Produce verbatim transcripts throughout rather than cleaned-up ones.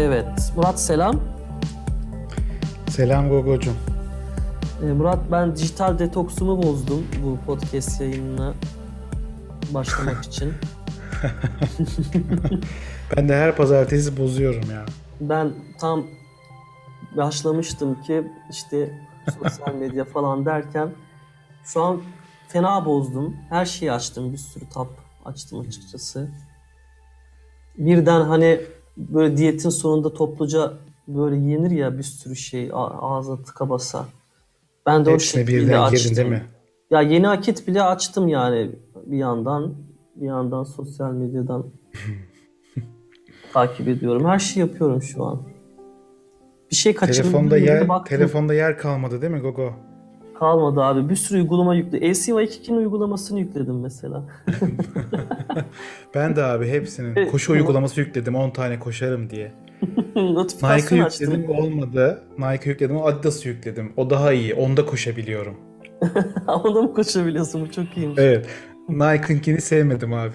Evet. Murat selam. Selam Gogo'cum. Ee, Murat ben dijital detoksumu bozdum bu podcast yayınına başlamak için. Ben de her pazartesi bozuyorum ya. Ben tam başlamıştım ki işte sosyal medya falan derken şu an fena bozdum. Her şeyi açtım. Bir sürü tab açtım açıkçası. Birden hani böyle diyetin sonunda topluca böyle yenir ya bir sürü şey a- ağza tıka basa. Ben de o Hepsine şekliyle birden girdin değil açtım. mi? Ya yeni akit bile açtım yani bir yandan. Bir yandan sosyal medyadan takip ediyorum. Her şeyi yapıyorum şu an. Bir şey Telefonda kaçırdım diye yer baktım. telefonda yer kalmadı değil mi Gogo? Kalmadı abi. Bir sürü uygulama yükle. L C Y iki K'nin uygulamasını yükledim mesela. Ben de abi hepsinin Ve koşu uygulaması yükledim on tane koşarım diye. Nike notifikasyon açtım. yükledim olmadı. Nike yükledim Adidas'ı yükledim. O daha iyi. Onda koşabiliyorum. Onda mı koşabiliyorsun? Bu çok iyiymiş. Evet. Nike'ınkini sevmedim abi.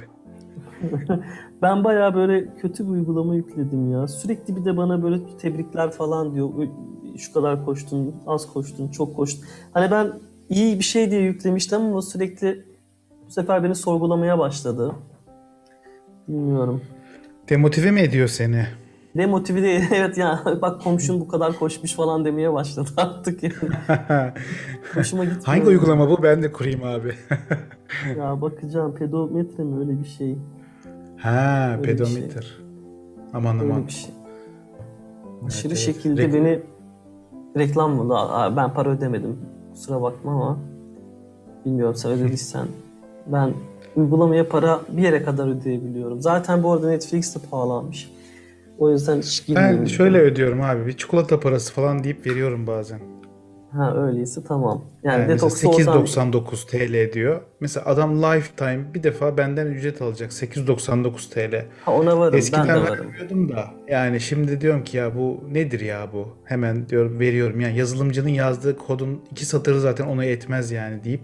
Ben bayağı böyle kötü bir uygulama yükledim ya. Sürekli bir de bana böyle tebrikler falan diyor. Şu kadar koştun, az koştun, çok koştun. Hani ben iyi bir şey diye yüklemiştim ama sürekli bu sefer beni sorgulamaya başladı. Bilmiyorum. Demotive mi ediyor seni? Demotive değil. Evet ya bak komşun bu kadar koşmuş falan demeye başladı artık yani. Hoşuma Hangi gitmiyor yani. uygulama bu? Ben de kurayım abi. Ya bakacağım pedometre mi öyle bir şey. Ha, Öyle bir şey. pedometer. Aman aman. Öyle bir şey. Evet Aşırı evet. şekilde Rek- beni reklam mı da Aa, ben para ödemedim. Kusura bakma ama bilmiyorum sen ödediysen. Ben uygulamaya para bir yere kadar ödeyebiliyorum. Zaten bu arada Netflix de pahalanmış. O yüzden hiç Ben girmeyeyim şöyle dedim. ödüyorum abi. Bir çikolata parası falan deyip veriyorum bazen. Ha öyleyse tamam. Yani Yani mesela detoksu oradan sekiz yüz doksan dokuz T L diyor. Mesela adam lifetime bir defa benden ücret alacak. sekiz yüz doksan dokuz T L. ha ona varım ben de Eskiden varım. vermiyordum da. Yani şimdi diyorum ki ya bu nedir ya bu? Hemen diyorum veriyorum. Yani yazılımcının yazdığı kodun iki satırı zaten ona yetmez yani deyip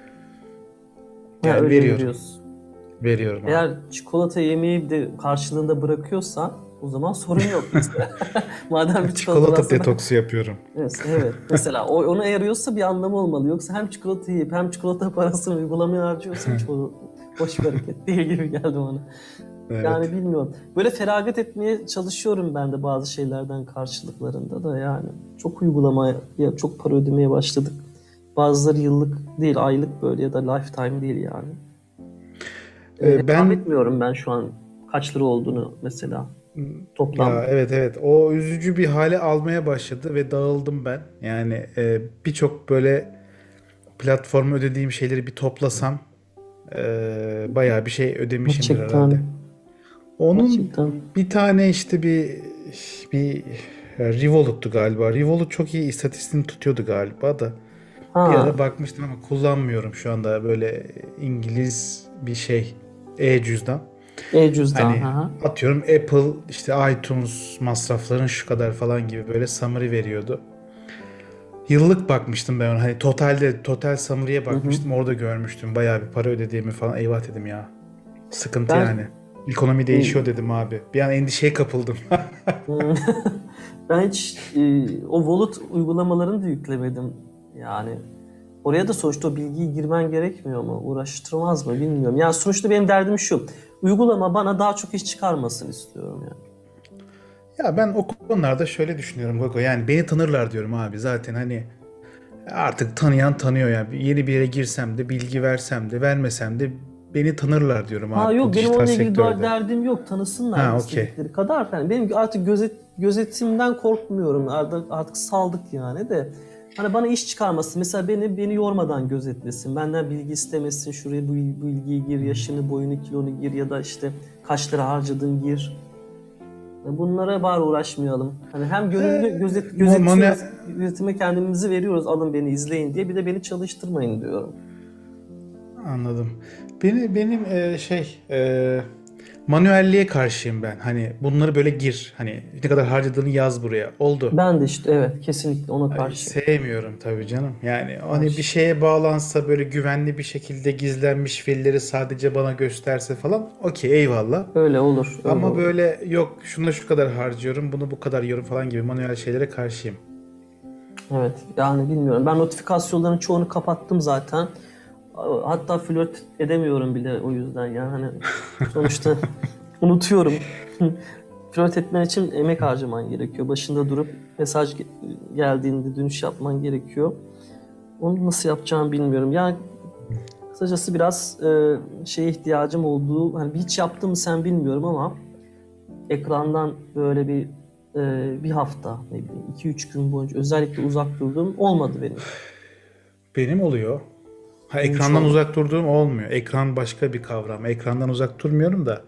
Ha yani öyle veriyorum. veriyorsun. Veriyorum abi. Eğer çikolata yemeği de karşılığında bırakıyorsan o zaman sorun yok mesela. Madem bir çikolata Çikolata verse ben... detoksu yapıyorum. Evet, evet. Mesela o ona yarıyorsa bir anlamı olmalı. Yoksa hem çikolata yiyip hem çikolata parasını uygulamaya harcıyorsa hiç o hoş bir hareket değil gibi geldi bana. Yani Evet. bilmiyorum. Böyle feragat etmeye çalışıyorum ben de bazı şeylerden karşılıklarında da yani. Çok uygulamaya, çok para ödemeye başladık. Bazıları yıllık değil, aylık böyle ya da lifetime değil yani. E, Ee, hesap ben etmiyorum ben şu an kaç lira olduğunu mesela toplam. Ya evet evet o üzücü bir hale almaya başladı ve dağıldım ben. Yani e, birçok böyle platforma ödediğim şeyleri bir toplasam e, bayağı bir şey ödemişimdir herhalde. Gerçekten, Onun gerçekten. bir tane işte bir bir ya Revolut'tu galiba. Revolut çok iyi istatistiğini tutuyordu galiba da. Bir Ha, ara bakmıştım ama kullanmıyorum şu anda böyle İngiliz bir şey e-cüzdan. e-cüzdan. Hani Ha. atıyorum Apple işte iTunes masrafların şu kadar falan gibi böyle summary veriyordu. Yıllık bakmıştım ben ona. Hani totalde total summary'e Hı hı. bakmıştım. Orada görmüştüm. Bayağı bir para ödediğimi falan. Eyvah dedim ya. Sıkıntı yani. Ben Ekonomi değişiyor e, dedim abi. Bir an endişeye kapıldım. Hmm. Ben hiç e, o Wallet uygulamalarını da yüklemedim. Yani oraya da sonuçta o bilgiyi girmen gerekmiyor mu? Uğraştırmaz mı bilmiyorum. Yani sonuçta benim derdim şu. Uygulama bana daha çok iş çıkarmasını istiyorum yani. Ya ben o konularda şöyle düşünüyorum Gogo. Yani beni tanırlar diyorum abi. Zaten hani artık tanıyan tanıyor yani. Yeni bir yere girsem de bilgi versem de vermesem de beni tanırlar diyorum Ha abi bu yok benim dijital onunla ilgili daha sektörde. derdim yok. Tanısınlar Ha okey. istedikleri kadar. Yani benim artık gözet, gözetimden korkmuyorum. Artık, artık saldık yani de. Hani bana iş çıkarmasın. Mesela beni beni yormadan gözetlesin. Benden bilgi istemesin. Şuraya bu bu bilgiyi gir, yaşını, boyunu, kilonu gir ya da işte kaç lira harcadın gir. Bunlara bari uğraşmayalım. Hani hem gönüllü gözet Mo- gözetiyoruz, mone- gözetime kendimizi veriyoruz. Alın beni izleyin diye. Bir de beni çalıştırmayın diyorum. Anladım. Beni benim e, şey e, manuelliğe karşıyım ben. Hani bunları böyle gir. Hani ne kadar harcadığını yaz buraya. Oldu. Ben de işte evet kesinlikle ona Ay, karşıyım. sevmiyorum tabii canım. Yani hani bir Karşı. şeye bağlansa böyle güvenli bir şekilde gizlenmiş verileri sadece bana gösterse falan okey eyvallah. Öyle olur, öyle Ama olur. böyle yok şuna şu kadar harcıyorum bunu bu kadar yiyorum falan gibi manuel şeylere karşıyım. Evet yani bilmiyorum. Ben notifikasyonların çoğunu kapattım zaten. Hatta flört edemiyorum bile o yüzden yani hani sonuçta unutuyorum. Flört etmen için emek harcaman gerekiyor. Başında durup mesaj ge- geldiğinde dönüş yapman gerekiyor. Onu nasıl yapacağımı bilmiyorum. Yani kısacası biraz e, şeye ihtiyacım olduğu, hani hiç yaptım mı sen bilmiyorum ama ekrandan böyle bir e, bir hafta, ne bileyim iki üç gün boyunca özellikle uzak durduğum olmadı benim. Benim oluyor. Ha, Benim hiç ekrandan olmadı. uzak durduğum olmuyor. Ekran başka bir kavram. Ekrandan uzak durmuyorum da.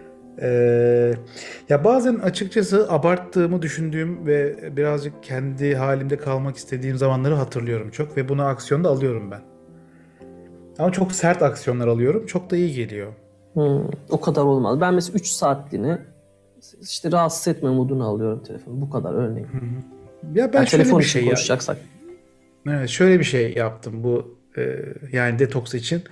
Ee, ya bazen açıkçası abarttığımı düşündüğüm ve birazcık kendi halimde kalmak istediğim zamanları hatırlıyorum çok ve buna aksiyon da alıyorum ben. Ama çok sert aksiyonlar alıyorum. Çok da iyi geliyor. Hmm, o kadar olmaz. Ben mesela üç saatliğine işte rahatsız etme modunu alıyorum telefonu. Bu kadar örneğin. Ya ben Yani şöyle telefon bir için şey ya, konuşacaksak. evet, şöyle bir şey yaptım bu e, yani detoks için.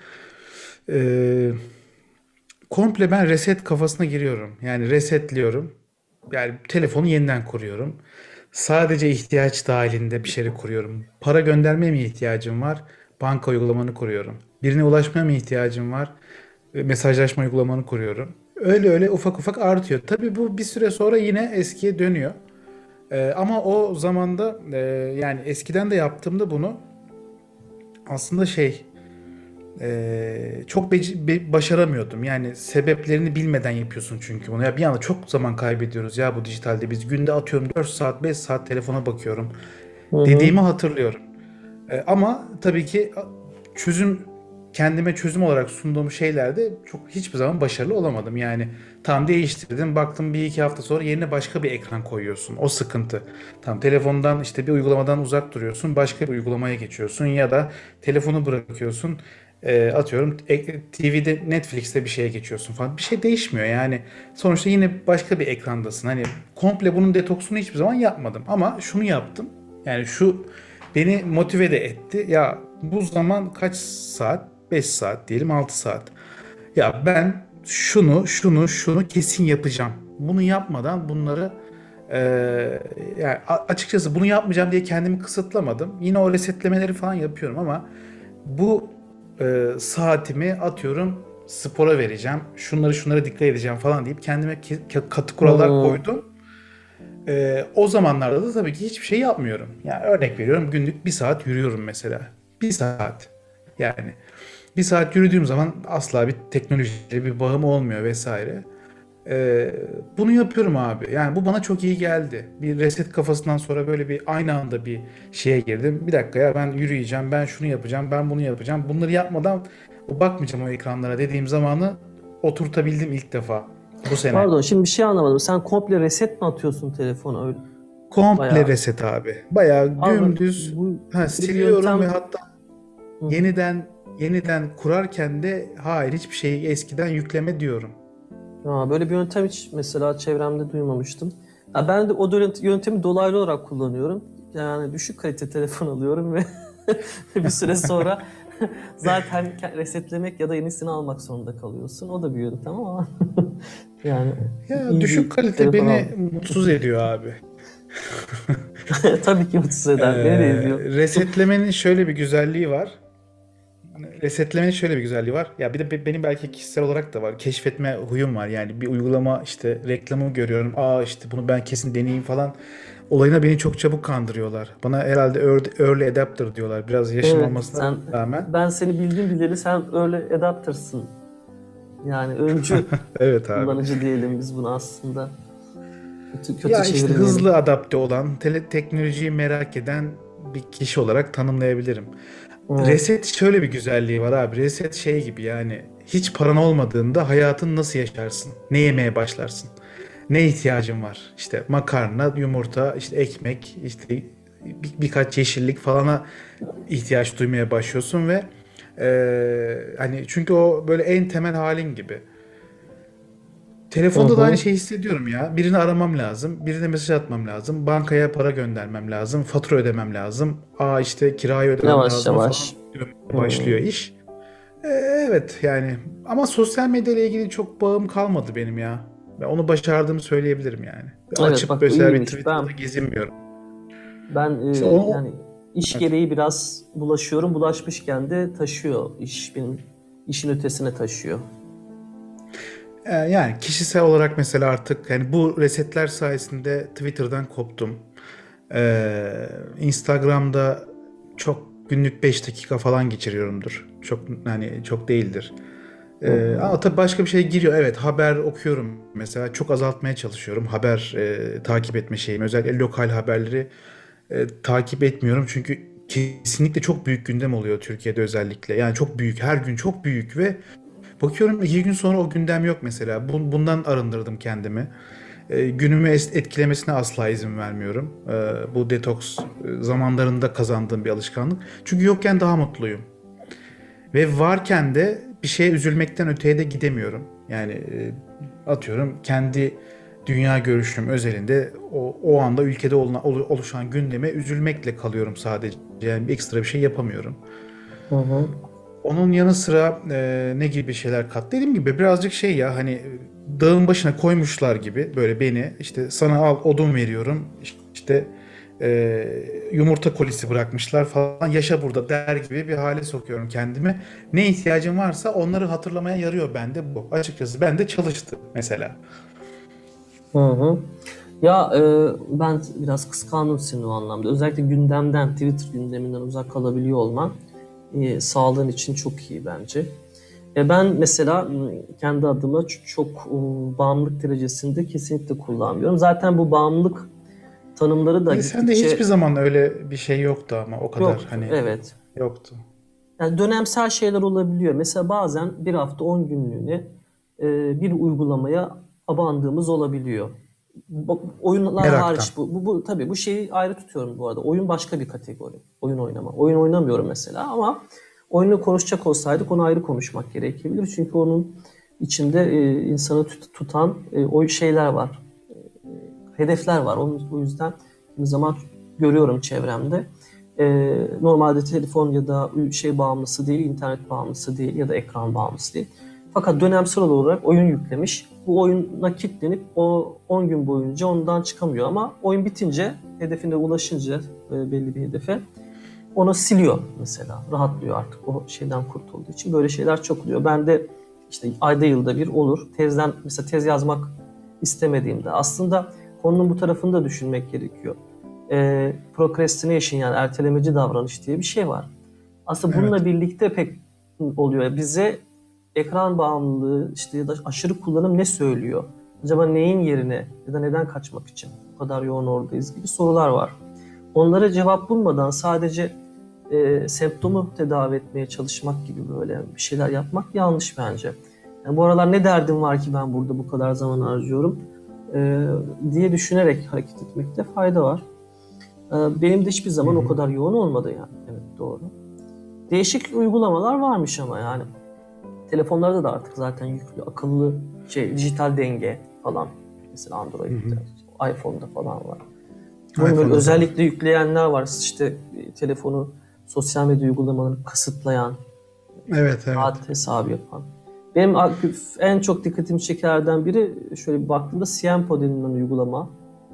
E, komple ben reset kafasına giriyorum. Yani resetliyorum. Yani telefonu yeniden kuruyorum. Sadece ihtiyaç dahilinde bir şeyleri kuruyorum. Para göndermeye mi ihtiyacım var? Banka uygulamanı kuruyorum. Birine ulaşmaya mı ihtiyacım var? E, Mesajlaşma uygulamanı kuruyorum. Öyle öyle ufak ufak artıyor. Tabii bu bir süre sonra yine eskiye dönüyor. E, ama o zamanda e, yani eskiden de yaptığımda bunu aslında şey e, çok beci- be- başaramıyordum. Yani sebeplerini bilmeden yapıyorsun çünkü bunu. Ya bir anda çok zaman kaybediyoruz ya bu dijitalde. Biz günde atıyorum dört saat beş saat telefona bakıyorum Hı hı. dediğimi hatırlıyorum. E, ama tabii ki çözüm kendime çözüm olarak sunduğum şeylerde çok hiçbir zaman başarılı olamadım. Yani tam değiştirdim. Baktım bir iki hafta sonra yerine başka bir ekran koyuyorsun. O sıkıntı. Tam telefondan işte bir uygulamadan uzak duruyorsun. Başka bir uygulamaya geçiyorsun ya da telefonu bırakıyorsun. E, atıyorum e, T V'de Netflix'te bir şeye geçiyorsun falan. Bir şey değişmiyor yani. Sonuçta yine başka bir ekrandasın. Hani komple bunun detoksunu hiçbir zaman yapmadım. Ama şunu yaptım. Yani şu beni motive de etti. Ya bu zaman kaç saat? beş saat diyelim altı saat. Ya ben şunu şunu şunu kesin yapacağım. Bunu yapmadan bunları eee, yani açıkçası bunu yapmayacağım diye kendimi kısıtlamadım. Yine o resetlemeleri falan yapıyorum ama bu eee, saatimi atıyorum spora vereceğim. Şunları şunlara dikkat edeceğim falan deyip kendime katı kurallar Hı. koydum. Ee, o zamanlarda da tabii ki hiçbir şey yapmıyorum. Yani örnek veriyorum günlük bir saat yürüyorum mesela. Bir saat. Yani bir saat yürüdüğüm zaman asla bir teknolojiyle bir bağım olmuyor vesaire. Ee, bunu yapıyorum abi. Yani bu bana çok iyi geldi. Bir reset kafasından sonra böyle bir aynı anda bir şeye girdim. Bir dakika ya ben yürüyeceğim, ben şunu yapacağım, ben bunu yapacağım. Bunları yapmadan bakmayacağım o ekranlara dediğim zamanı oturtabildim ilk defa bu sene. Pardon şimdi bir şey anlamadım. Sen komple reset mi atıyorsun telefona öyle? Komple Bayağı. reset abi. Bayağı Abi dümdüz bu ha, böyle bir siliyorum ve yöntem. hatta Hı hı. yeniden yeniden kurarken de hayır hiçbir şeyi eskiden yükleme diyorum. Ya böyle bir yöntem hiç mesela çevremde duymamıştım. Ya ben de o dö- yöntemi dolaylı olarak kullanıyorum. Yani düşük kalite telefon alıyorum ve bir süre sonra zaten ke- resetlemek ya da yenisini almak zorunda kalıyorsun. O da bir yöntem ama yani Ya iyi düşük bir kalite telefon beni aldım. mutsuz ediyor abi. Tabii ki mutsuz Ee, eder. Beni de ediyor. resetlemenin şöyle bir güzelliği var. Hani resetlemenin şöyle bir güzelliği var. Ya bir de be- benim belki kişisel olarak da var. Keşfetme huyum var. Yani bir uygulama işte reklamı görüyorum. Aa işte bunu ben kesin deneyeyim falan. Olayına beni çok çabuk kandırıyorlar. Bana herhalde early, early adapter diyorlar. Biraz yaşım Evet, olmasına sen rağmen. ben seni bildim bileli sen öyle adaptersın. Yani öncü Evet abi. kullanıcı diyelim biz buna aslında. Kötü, kötü Ya işte çevirmeyelim. hızlı adapte olan, tele teknolojiyi merak eden bir kişi olarak tanımlayabilirim. Evet. Reset şöyle bir güzelliği var abi. Reset şey gibi yani hiç paran olmadığında hayatını nasıl yaşarsın? Ne yemeye başlarsın? Ne ihtiyacın var? İşte makarna, yumurta, işte ekmek, işte bir, birkaç yeşillik falana ihtiyaç duymaya başlıyorsun ve eee, hani çünkü o böyle en temel halin gibi. Hı Telefonda da aynı hı. şeyi hissediyorum ya. Birini aramam lazım. Birine mesaj atmam lazım. Bankaya para göndermem lazım. Fatura ödemem lazım. Aa işte kirayı ödemem Yavaş lazım falan yavaş. dönmeye Hı. başlıyor iş. Ee, evet yani. Ama sosyal medya ile ilgili çok bağım kalmadı benim ya. Ben onu başardığımı söyleyebilirim yani. Evet Açıp bak bu mesela bir iyiymiş. Twitter'da Ben gezinmiyorum. ben İşte e, onu yani iş evet. gereği biraz bulaşıyorum. Bulaşmışken de taşıyor. İş benim işin ötesine taşıyor. Ee, yani kişisel olarak mesela artık yani bu resetler sayesinde Twitter'dan koptum. Ee, Instagram'da çok günlük beş dakika falan geçiriyorumdur. Çok hani çok değildir. Hı Ee, hı. ama tabii başka bir şey giriyor. Evet, haber okuyorum mesela. Çok azaltmaya çalışıyorum. Haber e, takip etme şeyimi. Özellikle lokal haberleri e, takip etmiyorum. Çünkü kesinlikle çok büyük gündem oluyor Türkiye'de özellikle. Yani çok büyük. Her gün çok büyük ve bakıyorum iki gün sonra o gündem yok mesela. Bun- Bundan arındırdım kendimi. E, günümü es- etkilemesine asla izin vermiyorum. E, bu detoks e, zamanlarında kazandığım bir alışkanlık. Çünkü yokken daha mutluyum. Ve varken de bir şeye üzülmekten öteye de gidemiyorum. Yani e, atıyorum kendi dünya görüşüm özelinde o, o anda ülkede olunan, oluşan gündeme üzülmekle kalıyorum sadece. Yani ekstra bir şey yapamıyorum. Hı hı. Onun yanı sıra e, ne gibi şeyler kat? Dediğim gibi birazcık şey ya hani e, dağın başına koymuşlar gibi böyle beni işte sana al odun veriyorum işte e, yumurta kolisi bırakmışlar falan yaşa burada der gibi bir hale sokuyorum kendimi. Ne ihtiyacım varsa onları hatırlamaya yarıyor bende bu. Açıkçası ben de çalıştı mesela. Hı hı. Ya e, ben biraz kıskandım seni o anlamda. Özellikle gündemden, Twitter gündeminden uzak kalabiliyor olman e, sağlığın için çok iyi bence. E, ben mesela m, kendi adıma ç- çok e, bağımlılık derecesinde kesinlikle kullanmıyorum. Zaten bu bağımlılık tanımları da E, sende hiçbir gittikçe zaman öyle bir şey yoktu ama o kadar yoktu. hani Evet. yoktu. Yani dönemsel şeyler olabiliyor. Mesela bazen bir hafta on günlüğüne e, bir uygulamaya abandığımız olabiliyor. Bu- oyunlar Meraktan. hariç bu, bu, bu tabii bu şeyi ayrı tutuyorum bu arada. Oyun başka bir kategori. Oyun oynama. Oyun oynamıyorum mesela ama oyunu konuşacak olsaydık onu ayrı konuşmak gerekebilir. Çünkü onun içinde e, insanı tut- tutan e, o şeyler var. Hedefler var. Onun, o yüzden bir zaman görüyorum çevremde. Ee, normalde telefon ya da şey bağımlısı değil, internet bağımlısı değil ya da ekran bağımlısı değil. Fakat dönemsel olarak oyun yüklemiş. Bu oyuna kilitlenip o on gün boyunca ondan çıkamıyor ama oyun bitince, hedefine ulaşınca e, belli bir hedefe onu siliyor mesela. Rahatlıyor artık o şeyden kurtulduğu için. Böyle şeyler çok oluyor. Ben de işte ayda yılda bir olur. Tezden mesela tez yazmak istemediğimde aslında konunun bu tarafını da düşünmek gerekiyor. Ee, procrastination yani ertelemeci davranış diye bir şey var. Aslında bununla Evet. birlikte pek oluyor. Bize ekran bağımlılığı işte ya da aşırı kullanım ne söylüyor? Acaba neyin yerine ya da neden kaçmak için bu kadar yoğun oradayız gibi sorular var. Onlara cevap bulmadan sadece e, semptomu tedavi etmeye çalışmak gibi böyle bir şeyler yapmak yanlış bence. Yani bu aralar ne derdim var ki ben burada bu kadar zaman harcıyorum e, diye düşünerek hareket etmekte fayda var. E, benim de hiçbir Hı zaman o hı. kadar yoğun olmadı yani. Evet doğru. Değişik uygulamalar varmış ama yani. Telefonlarda da artık zaten yüklü akıllı şey dijital denge falan. Mesela Hı hı. Android'de, iPhone'da falan var. Bunu böyle iPhone'da da var. özellikle yükleyenler var. İşte e, telefonu sosyal medya uygulamalarını kısıtlayan, Evet, evet. saat hesabı yapan. Benim en çok dikkatimi çekerden biri şöyle bir baktığımda Siempo denilen uygulama.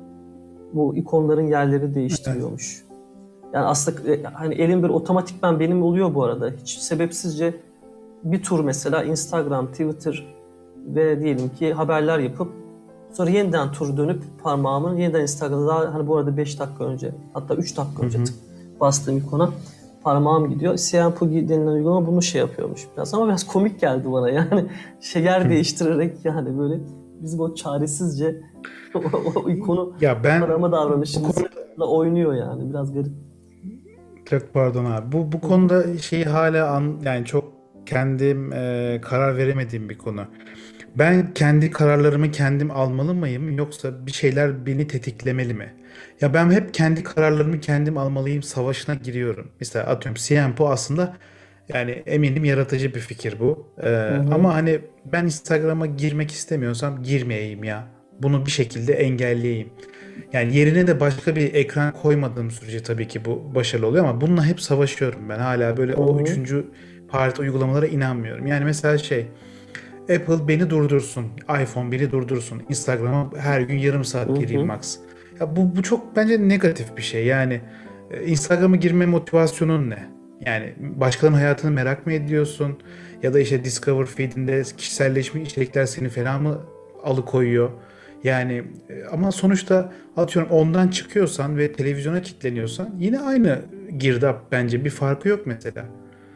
Bu ikonların yerleri Evet. değiştiriyormuş. Yani aslında e, hani elin bir otomatikman benim oluyor bu arada. Hiç sebepsizce bir tur mesela Instagram, Twitter ve diyelim ki haberler yapıp sonra yeniden tur dönüp parmağımın yeniden Instagram'da daha hani bu arada beş dakika önce hatta üç dakika Hı önce hı. tık bastığım ikona parmağım gidiyor. Siempo denilen uygulama bunu şey yapıyormuş biraz ama biraz komik geldi bana yani şey yer Hı. değiştirerek yani böyle bizim o çaresizce o, o ikonu Ya ben arama bu konuda davranışımızla oynuyor yani biraz garip. çok pardon abi. Bu bu Hı hı. konuda şeyi hala an, yani çok kendim e, karar veremediğim bir konu. Ben kendi kararlarımı kendim almalı mıyım yoksa bir şeyler beni tetiklemeli mi? Ya ben hep kendi kararlarımı kendim almalıyım savaşına giriyorum. Mesela atıyorum Siempo aslında Yani eminim yaratıcı bir fikir bu. Hı Ee, hı. ama hani ben Instagram'a girmek istemiyorsam girmeyeyim ya. Bunu bir şekilde engelleyeyim. Yani yerine de başka bir ekran koymadığım sürece tabii ki bu başarılı oluyor ama bununla hep savaşıyorum ben. Hala böyle Hı o hı. üçüncü parti uygulamalara inanmıyorum. Yani mesela şey, Apple beni durdursun, iPhone beni durdursun, Instagram'a her gün yarım Hı saat gireyim hı. max. Ya bu, bu çok bence negatif bir şey. Yani e, Instagram'a girme motivasyonun ne? Yani başkalarının hayatını merak mı ediyorsun? Ya da işte Discover feed'inde kişiselleşmiş içerikler seni fena mı alıkoyuyor? Yani e, ama sonuçta atıyorum ondan çıkıyorsan ve televizyona kilitleniyorsan yine aynı girdap, bence bir farkı yok mesela.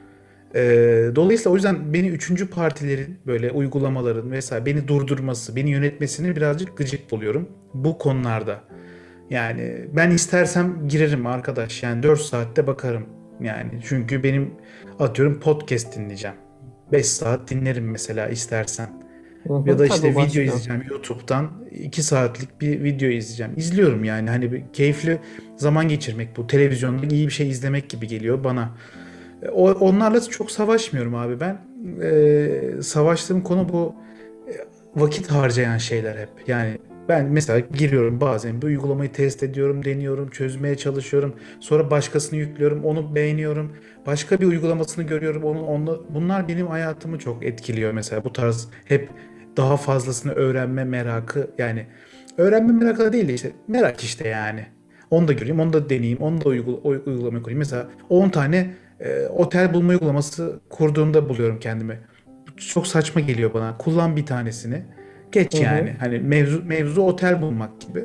Ee, dolayısıyla o yüzden beni üçüncü partilerin böyle uygulamaların vesaire beni durdurması, beni yönetmesini birazcık gıcık buluyorum bu konularda. Yani ben istersem girerim arkadaş. Yani dört saatte bakarım. Yani çünkü benim atıyorum podcast dinleyeceğim. beş saat dinlerim mesela istersen. Hı Ya hı. da Tabii o işte video başka. izleyeceğim YouTube'dan iki saatlik bir video izleyeceğim. İzliyorum yani hani bir keyifli zaman geçirmek bu. Televizyonda iyi bir şey izlemek gibi geliyor bana. O, onlarla çok savaşmıyorum abi ben. Ee, savaştığım konu bu e, vakit harcayan şeyler hep. Yani ben mesela giriyorum bazen bir uygulamayı test ediyorum, deniyorum, çözmeye çalışıyorum. Sonra başkasını yüklüyorum, onu beğeniyorum. Başka bir uygulamasını görüyorum, onu, onu bunlar benim hayatımı çok etkiliyor mesela. Bu tarz hep daha fazlasını öğrenme merakı, yani öğrenme merakı da değil de işte merak işte yani. Onu da göreyim, onu da deneyeyim, onu da uygula, uygulamayı kurayım. Mesela on tane e, otel bulma uygulaması kurduğumda buluyorum kendimi. Çok saçma geliyor bana. Kullan bir tanesini. Hı Geç hı. yani. Hani mevzu, mevzu otel bulmak gibi.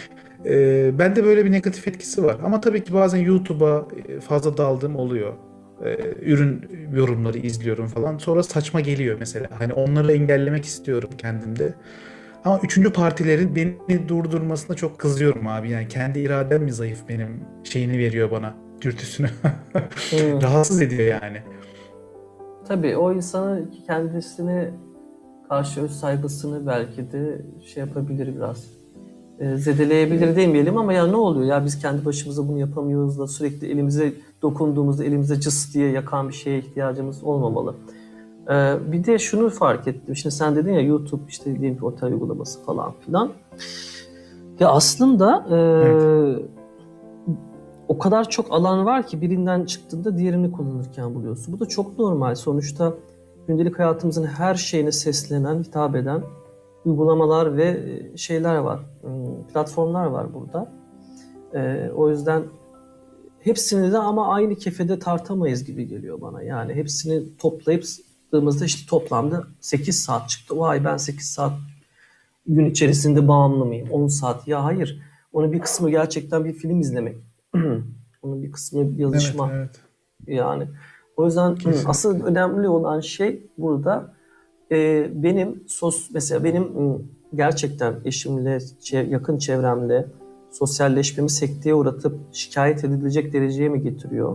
E, bende böyle bir negatif etkisi var. Ama tabii ki bazen YouTube'a e, fazla daldığım oluyor. E, ürün yorumları izliyorum falan. Sonra saçma geliyor mesela. Hani onları engellemek istiyorum kendimde. Ama üçüncü partilerin beni durdurmasına çok kızıyorum abi. Yani kendi iradem mi zayıf, benim şeyini veriyor bana, dürtüsünü. Hı. Rahatsız ediyor yani. Tabii o insanın kendisine karşı öz saygısını belki de şey yapabilir biraz. E, zedeleyebilir demeyelim ama ya ne oluyor ya biz kendi başımıza bunu yapamıyoruz da sürekli elimize dokunduğumuzda elimize cıs diye yakan bir şeye ihtiyacımız olmamalı. E, bir de şunu fark ettim. Şimdi sen dedin ya YouTube işte diyelim ki otel uygulaması falan filan. Ya aslında e, Evet. o kadar çok alan var ki birinden çıktığında diğerini kullanırken buluyorsun. Bu da çok normal. Sonuçta gündelik hayatımızın her şeyine seslenen, hitap eden uygulamalar ve şeyler var, platformlar var burada. Ee, o yüzden hepsini de ama aynı kefede tartamayız gibi geliyor bana. Yani hepsini toplayıp sıktığımızda işte toplamda sekiz saat çıktı. Vay ben sekiz saat gün içerisinde bağımlı mıyım? on saat. Ya hayır. Onun bir kısmı gerçekten bir film izlemek. Onun bir kısmı Evet, yazışma. evet. Yani o yüzden asıl Kesinlikle. önemli olan şey burada e, benim sos mesela benim ım, gerçekten eşimle çe- yakın çevremle sosyalleşmemi sekteye uğratıp şikayet edilecek dereceye mi getiriyor?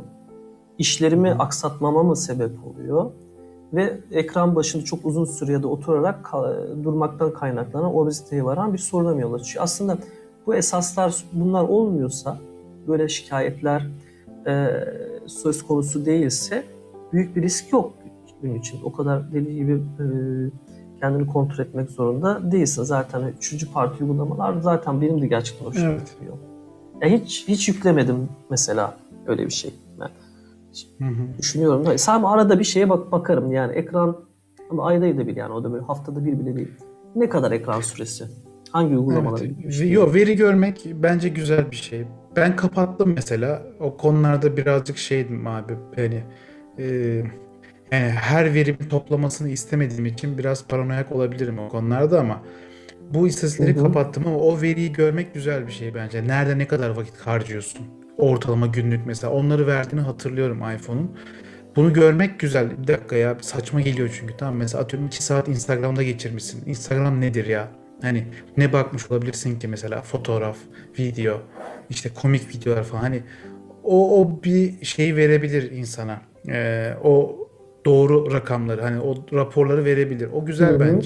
Hı İşlerimi hı. aksatmama mı sebep oluyor? Ve ekran başında çok uzun sürede oturarak ka- durmaktan kaynaklanan obeziteye varan bir soruna mı yol açıyor? Aslında bu esaslar bunlar olmuyorsa, böyle şikayetler e, söz konusu değilse büyük bir risk yok gün için. O kadar deli gibi e, kendini kontrol etmek zorunda değilsin. Zaten üçüncü parti uygulamalar zaten benim de gerçekten hoşuma Evet. gitmiyor. Ya hiç hiç yüklemedim mesela öyle bir şey. Ben Hı hı. düşünüyorum. Hayır, sadece arada bir şeye bak bakarım yani ekran ama ayda da bir yani o da böyle haftada bir bile değil. Ne kadar ekran süresi? Hangi Evet. uygulamalara Ve- gitmiştim? Yo, veri görmek bence güzel bir şey. Ben kapattım mesela. O konularda birazcık şeydim abi. Hani e, yani her verimi toplamasını istemediğim için biraz paranoyak olabilirim o konularda ama bu Hı istatistikleri hı. kapattım ama o veriyi görmek güzel bir şey bence. Nerede ne kadar vakit harcıyorsun? Ortalama günlük mesela onları verdiğini hatırlıyorum iPhone'un. Bunu görmek güzel. Bir dakika ya, saçma geliyor çünkü. Tamam, mesela atıyorum iki saat Instagram'da geçirmişsin. Instagram nedir ya? Hani ne bakmış olabilirsin ki, mesela fotoğraf, video, işte komik videolar falan. Hani o, o bir şey verebilir insana. Ee, o doğru rakamları, hani o raporları verebilir. O Hı güzel hı. bence.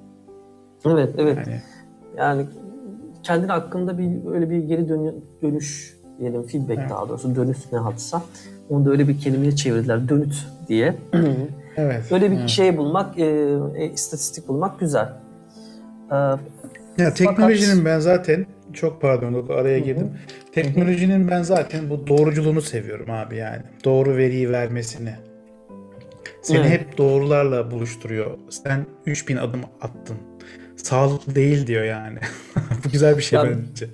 Evet, evet. Yani Yani kendin hakkında bir öyle bir geri dönü- dönüş diyelim, feedback evet. daha doğrusu dönüş ne hatsa Onu da öyle bir kelimeye çevirdiler. Dönüt diye. Evet. Öyle bir Evet. şey bulmak, e, e, istatistik bulmak güzel. E, Ya fakat teknolojinin ben zaten çok pardon araya hı hı, girdim. hı hı. Teknolojinin ben zaten bu doğruculuğunu seviyorum abi yani. Doğru veriyi vermesini. Seni Evet. hep doğrularla buluşturuyor. Sen üç bin adım attın. Sağlıklı değil diyor yani. Bu güzel bir şey Ya bence.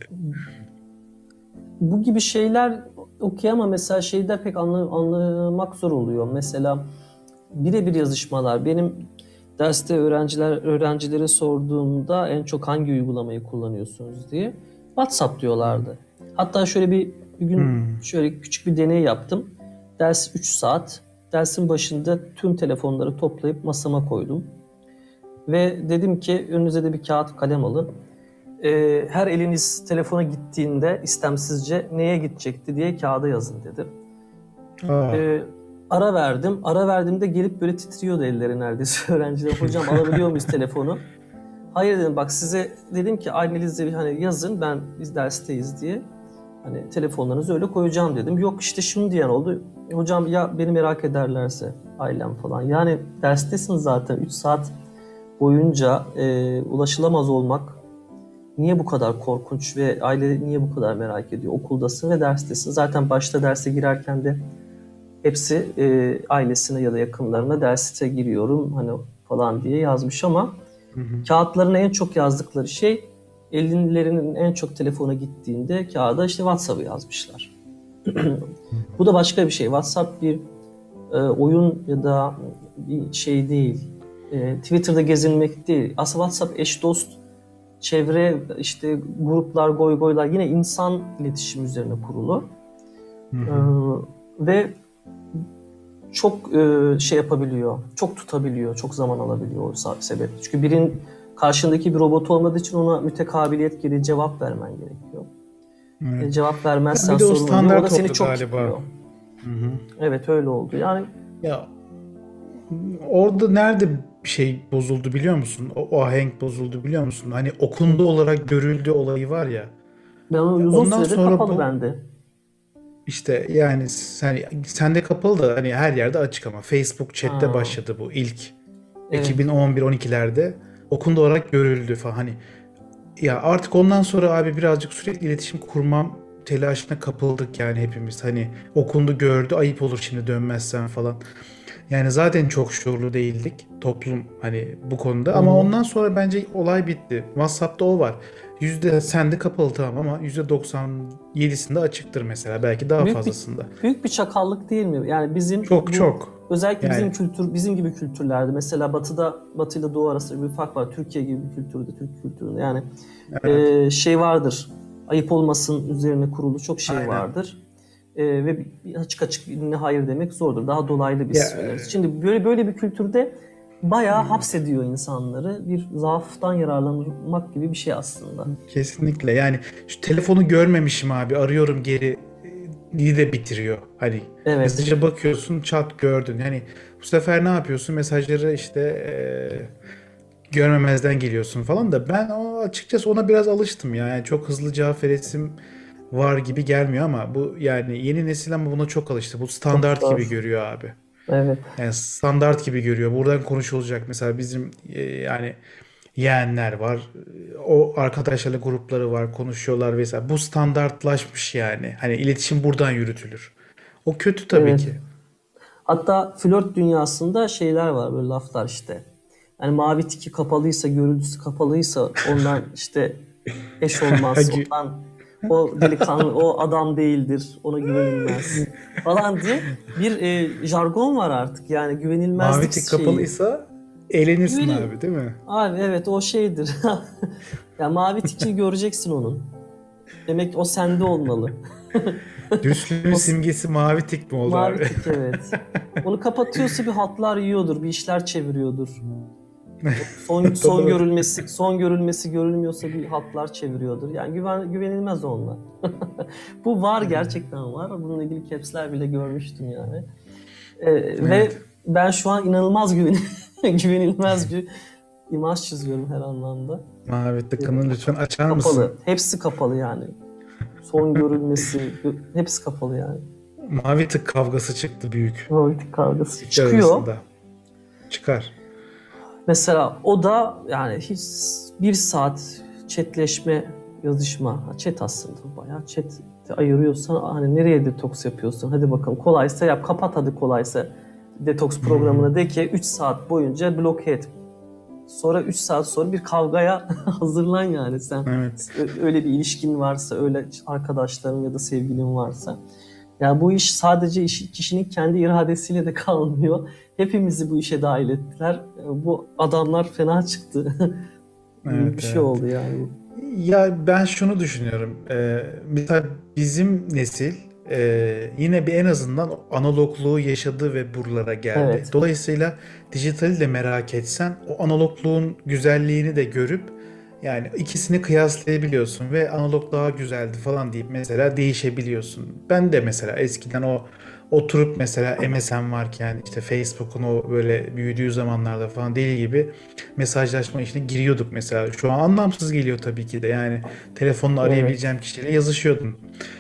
bu gibi şeyler okey ama mesela şeyde pek anla- anlamak zor oluyor. Mesela birebir yazışmalar. Benim derste öğrenciler öğrencilere sorduğumda en çok hangi uygulamayı kullanıyorsunuz diye WhatsApp diyorlardı. Hatta şöyle bir, bir gün Hmm. şöyle küçük bir deney yaptım. Ders üç saat. Dersin başında tüm telefonları toplayıp masama koydum. Ve dedim ki önünüze de bir kağıt kalem alın. Ee, her eliniz telefona gittiğinde istemsizce neye gidecekti diye kağıda yazın dedim. Aa. Ee, ara verdim. Ara verdiğimde gelip böyle titriyordu elleri neredeyse öğrenciler. Hocam alabiliyor muyuz telefonu? Hayır dedim, bak size dedim ki ailenizde hani yazın, ben biz dersteyiz diye. Hani telefonlarınızı öyle koyacağım dedim. Yok işte şunu diyen oldu. Hocam ya beni merak ederlerse ailem falan. Yani derstesin zaten üç saat boyunca e, ulaşılamaz olmak niye bu kadar korkunç ve aile niye bu kadar merak ediyor? Okuldasın ve derstesin. Zaten başta derse girerken de hepsi e, ailesine ya da yakınlarına derste giriyorum hani falan diye yazmış ama Hı hı. kağıtlarına en çok yazdıkları şey ellerinin en çok telefona gittiğinde kağıda işte WhatsApp'ı yazmışlar. Bu da başka bir şey. WhatsApp bir e, oyun ya da bir şey değil. E, Twitter'da gezinmek değil. Aslında WhatsApp eş dost, çevre, işte gruplar, goygoylar yine insan iletişim üzerine kurulu. Hı E, hı. ve çok e, şey yapabiliyor, çok tutabiliyor, çok zaman alabiliyor o sebep. Çünkü birin karşındaki bir robot olmadığı için ona mütekabiliyet gereği cevap vermen gerekiyor. E, Evet. cevap Ya vermezsen bir de o sorun oluyor. O da standart seni oldu çok galiba. kilitliyor. Hı hı. Evet öyle oldu. Yani Ya orada nerede bir şey bozuldu biliyor musun? O, o ahenk bozuldu biliyor musun? Hani okundu olarak görüldü olayı var ya. ben o Ya uzun ondan süredir sonra kapalı bu bende. işte yani sen sende kapalı da hani her yerde açık ama Facebook chat'te Ha, başladı bu ilk evet. iki bin on bir on ikilerde okundu olarak görüldü falan. Hani ya artık ondan sonra abi birazcık sürekli iletişim kurmam telaşına kapıldık yani hepimiz. Hani okundu gördü ayıp olur şimdi dönmezsen falan. Yani zaten çok şuurlu değildik toplum hani bu konuda Hı ama hı. ondan sonra bence olay bitti. WhatsApp'ta o var. Yüzde sende kapalı tamam ama yüzde doksan yedisinde açıktır mesela belki daha Büyük bir fazlasında. büyük bir çakallık değil mi? Yani bizim Çok bu çok. özellikle bizim Yani kültür bizim gibi kültürlerde mesela Batı'da Batı ile Doğu arasında bir fark var. Türkiye gibi bir kültürde, Türk kültüründe. Yani evet. e, şey vardır. Ayıp olmasın üzerine kurulu çok şey Aynen. vardır. E, ve bir- açık açık birine hayır demek zordur. Daha dolaylı biz Ya söyleriz. Şimdi böyle böyle bir kültürde bayağı hapsediyor insanları. Bir zaaftan yararlanmak gibi bir şey aslında. kesinlikle. Yani şu telefonu görmemişim abi. Arıyorum geri diye de bitiriyor. Hani Evet. mesaja bakıyorsun çat gördün. Yani bu sefer ne yapıyorsun? Mesajları işte eee, görmemezden geliyorsun falan da ben o açıkçası ona biraz alıştım ya. Yani çok hızlı cevap veresim var gibi gelmiyor ama bu yani yeni nesil ama buna çok alıştı. Bu Çok standart gibi zor. görüyor abi. Evet. Yani standart gibi görüyor. Buradan konuşulacak. Mesela bizim e, yani yeğenler var. O arkadaşlarla grupları var. Konuşuyorlar vesaire. Bu standartlaşmış yani. Hani iletişim buradan yürütülür. O kötü tabii Evet. ki. Hatta flört dünyasında şeyler var, böyle laflar işte. Yani mavi tiki kapalıysa, görüntüsü kapalıysa ondan işte eş olmaz. Ondan o delikanlı, o adam değildir, ona güvenilmez falan diye bir e, jargon var artık. Yani Mavi güvenilmezlik tik şeyi. kapalıysa eğlenirsin Güvenil abi değil mi? Abi evet o şeydir. Ya mavi tiki göreceksin onun. Demek o sende olmalı. Dürüstlüğün O simgesi mavi tik mi oldu mavi abi? tik evet. Onu kapatıyorsa bir hatlar yiyordur, bir işler çeviriyordur. Son son Doğru. görülmesi son görülmesi görülmüyorsa bir hatlar çeviriyordur. Yani güven güvenilmez onlar. Bu var, gerçekten var. Bununla ilgili caps'ler bile görmüştüm yani. Ee, ve Evet. ben şu an inanılmaz güven güvenilmez bir imaj çiziyorum her anlamda. Mavi Ee, tıkanı lütfen açar mısın? kapalı. Hepsi kapalı yani. Son görülmesi gö- hepsi kapalı yani. Mavi tık kavgası çıktı büyük. Politik kavgası Türkler çıkıyor. arasında. Çıkar. Mesela o da yani hiç bir saat chatleşme, yazışma. Chat aslında bayağı chat ayırıyorsan hani nereye detoks yapıyorsun? Hadi bakalım kolaysa yap. Kapat hadi kolaysa detoks programına de ki üç saat boyunca bloke et. Sonra üç saat sonra bir kavgaya hazırlan yani sen. Evet. Öyle bir ilişkin varsa, öyle arkadaşların ya da sevgilin varsa. Yani bu iş sadece iş, kişinin kendi iradesiyle de kalmıyor. Hepimizi bu işe dahil ettiler. Bu adamlar fena çıktı. Evet, Bir şey evet. oldu yani. Ya ben şunu düşünüyorum. Ee, mesela bizim nesil e, yine bir en azından analogluğu yaşadı ve buralara geldi. Evet. Dolayısıyla dijitali de merak etsen o analogluğun güzelliğini de görüp yani ikisini kıyaslayabiliyorsun ve analog daha güzeldi falan deyip mesela değişebiliyorsun. Ben de mesela eskiden o oturup mesela M S N varken işte Facebook'un o böyle büyüdüğü zamanlarda falan deli gibi mesajlaşma işine giriyorduk mesela. Şu an anlamsız geliyor tabii ki de. Yani telefonla Evet. arayabileceğim kişiyle yazışıyordun.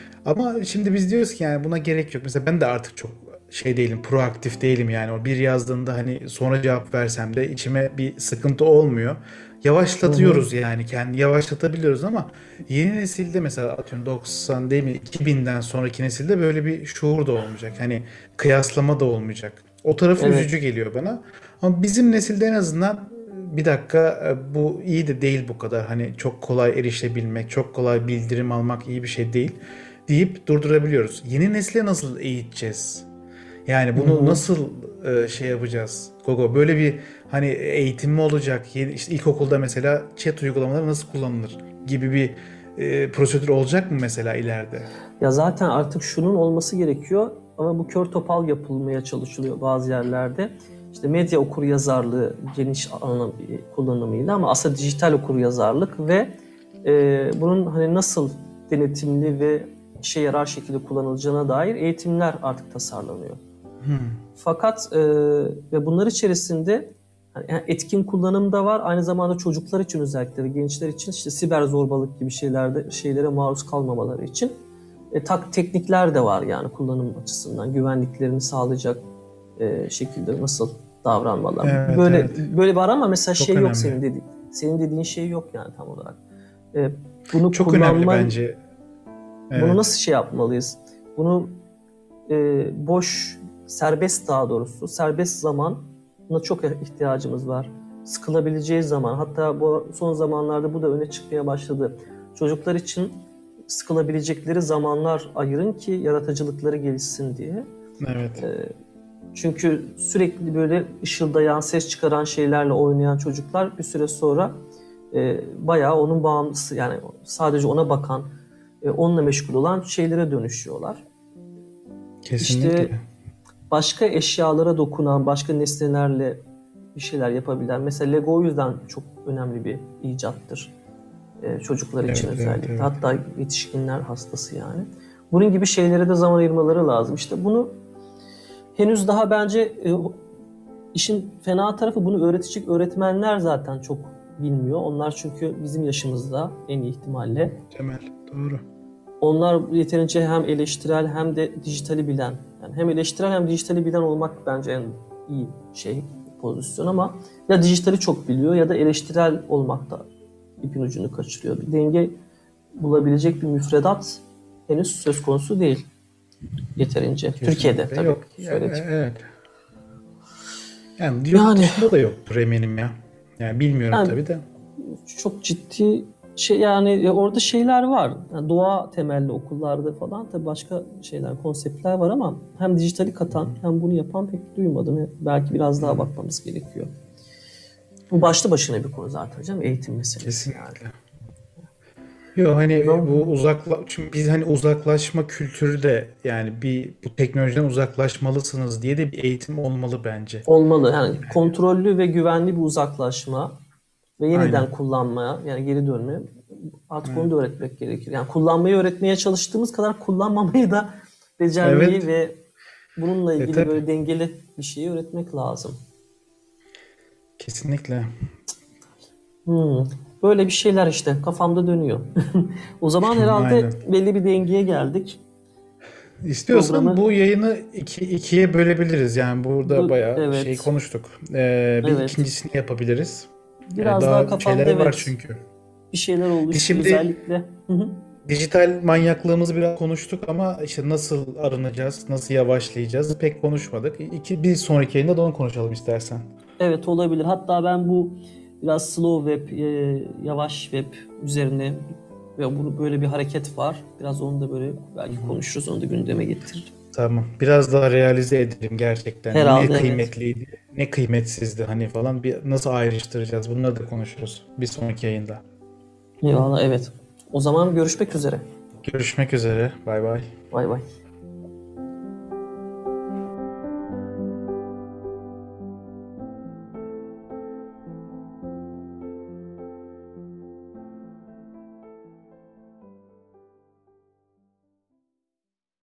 Ama şimdi biz diyoruz ki yani buna gerek yok. Mesela ben de artık çok şey değilim, proaktif değilim yani. O bir yazdığında hani sonra cevap versem de içime bir sıkıntı olmuyor. Hı hı. Yavaşlatıyoruz yani kendi yavaşlatabiliyoruz ama yeni nesilde mesela atıyorum doksan değil mi iki binden sonraki nesilde böyle bir şuur da olmayacak. Hani kıyaslama da olmayacak. O tarafı üzücü Evet. geliyor bana. Ama bizim nesilde en azından bir dakika e, bu iyi de değil bu kadar. Hani çok kolay erişebilmek, çok kolay bildirim almak iyi bir şey değil deyip durdurabiliyoruz. Yeni nesle nasıl eğiteceğiz? Yani Hı bunu hı. nasıl e, şey yapacağız? Gogo böyle bir hani eğitim mi olacak? Yeni, işte ilkokulda mesela chat uygulamaları nasıl kullanılır gibi bir e, prosedür olacak mı mesela ileride? Ya zaten artık şunun olması gerekiyor ama bu kör topal yapılmaya çalışılıyor bazı yerlerde. İşte medya okuryazarlığı geniş anlam kullanımıyla ama aslında dijital okuryazarlık ve e, bunun hani nasıl denetimli ve işe yarar şekilde kullanılacağına dair eğitimler artık tasarlanıyor. Hmm. Fakat e, ve bunlar içerisinde yani etkin kullanım da var. Aynı zamanda çocuklar için özellikle ve gençler için işte siber zorbalık gibi şeylerde şeylere maruz kalmamaları için e, tak teknikler de var yani kullanım açısından güvenliklerini sağlayacak e, şekilde nasıl davranmalar. Evet, Böyle evet. böyle var ama mesela Çok şey yok önemli. senin dediğin. Senin dediğin şey yok yani tam olarak. E, bunu Çok önemli kullanma bence. bunu Evet. nasıl şey yapmalıyız? Bunu e, boş, serbest daha doğrusu, serbest zamana çok ihtiyacımız var. Sıkılabileceği zaman, hatta bu son zamanlarda bu da öne çıkmaya başladı. Çocuklar için sıkılabilecekleri zamanlar ayırın ki yaratıcılıkları gelişsin diye. Evet. Çünkü sürekli böyle ışıldayan, ses çıkaran şeylerle oynayan çocuklar bir süre sonra e, bayağı onun bağımlısı, yani sadece ona bakan, e, onunla meşgul olan şeylere dönüşüyorlar. İşte Kesinlikle. başka eşyalara dokunan, başka nesnelerle bir şeyler yapabilen. Mesela Lego o yüzden çok önemli bir icattır. Ee, çocuklar için Evet, evet, özellikle. evet. Hatta yetişkinler hastası yani. Bunun gibi şeylere de zaman ayırmaları lazım. İşte bunu henüz daha bence e, işin fena tarafı bunu öğretecek öğretmenler zaten çok bilmiyor. Onlar çünkü bizim yaşımızda en iyi ihtimalle. Temel. Doğru. Onlar yeterince hem eleştirel hem de dijitali bilen. Yani hem eleştirel hem dijitali bilen olmak bence en iyi şey, pozisyon ama ya dijitali çok biliyor ya da eleştirel olmakta ipin ucunu kaçırıyor. Bir denge bulabilecek bir müfredat henüz söz konusu değil yeterince. Türkiye'de Kesinlikle tabii yok. Ya, e- söylediğim. evet. Yani yurt Yani, dışında da yoktur eminim ya. Yani bilmiyorum yani tabii de. çok ciddi şey yani orada şeyler var. Yani doğa temelli okullarda falan tabii başka şeyler, konseptler var ama hem dijitali katan hem bunu yapan pek duymadım. Belki biraz daha bakmamız gerekiyor. Bu başlı başına bir konu zaten canım, eğitim meselesi yani. Kesinlikle. Yok hani bu Zaman uzakla çünkü biz hani uzaklaşma kültürü de yani bir bu teknolojiden uzaklaşmalısınız diye de bir eğitim olmalı bence. olmalı. Yani kontrollü ve güvenli bir uzaklaşma ve Aynen. yeniden kullanmaya, yani geri dönme, artık onu Evet. da öğretmek gerekir. Yani kullanmayı öğretmeye çalıştığımız kadar kullanmamayı da becermeyi Evet. ve bununla E ilgili tabii. böyle dengeli bir şeyi öğretmek lazım. Kesinlikle. Hmm. Böyle bir şeyler işte kafamda dönüyor. O zaman herhalde Aynen. belli bir dengeye geldik. İstiyorsan Programı bu yayını iki, ikiye bölebiliriz. Yani burada bu, bayağı şey evet, konuştuk. Ee, bir evet. ikincisini yapabiliriz. Ee, Biraz daha daha kafamda şeyler var evet çünkü. bir şeyler Biz oluştu şimdi özellikle. Hı hı. dijital manyaklığımızı biraz konuştuk ama işte nasıl arınacağız, nasıl yavaşlayacağız pek konuşmadık. İki, bir sonraki yayında da onu konuşalım istersen. Evet olabilir. Hatta ben bu biraz slow web, e, yavaş web üzerine ve bunu böyle bir hareket var. Biraz onu da böyle belki konuşuruz, onu da gündeme getirir. Tamam. Biraz daha realize edelim gerçekten. Ne Herhalde evet. kıymetliydi, ne kıymetsizdi hani falan. Bir nasıl ayrıştıracağız? Bunları da konuşuruz bir sonraki yayında. Eyvallah evet. O zaman görüşmek üzere. Görüşmek üzere. Bay bay. Bay bay.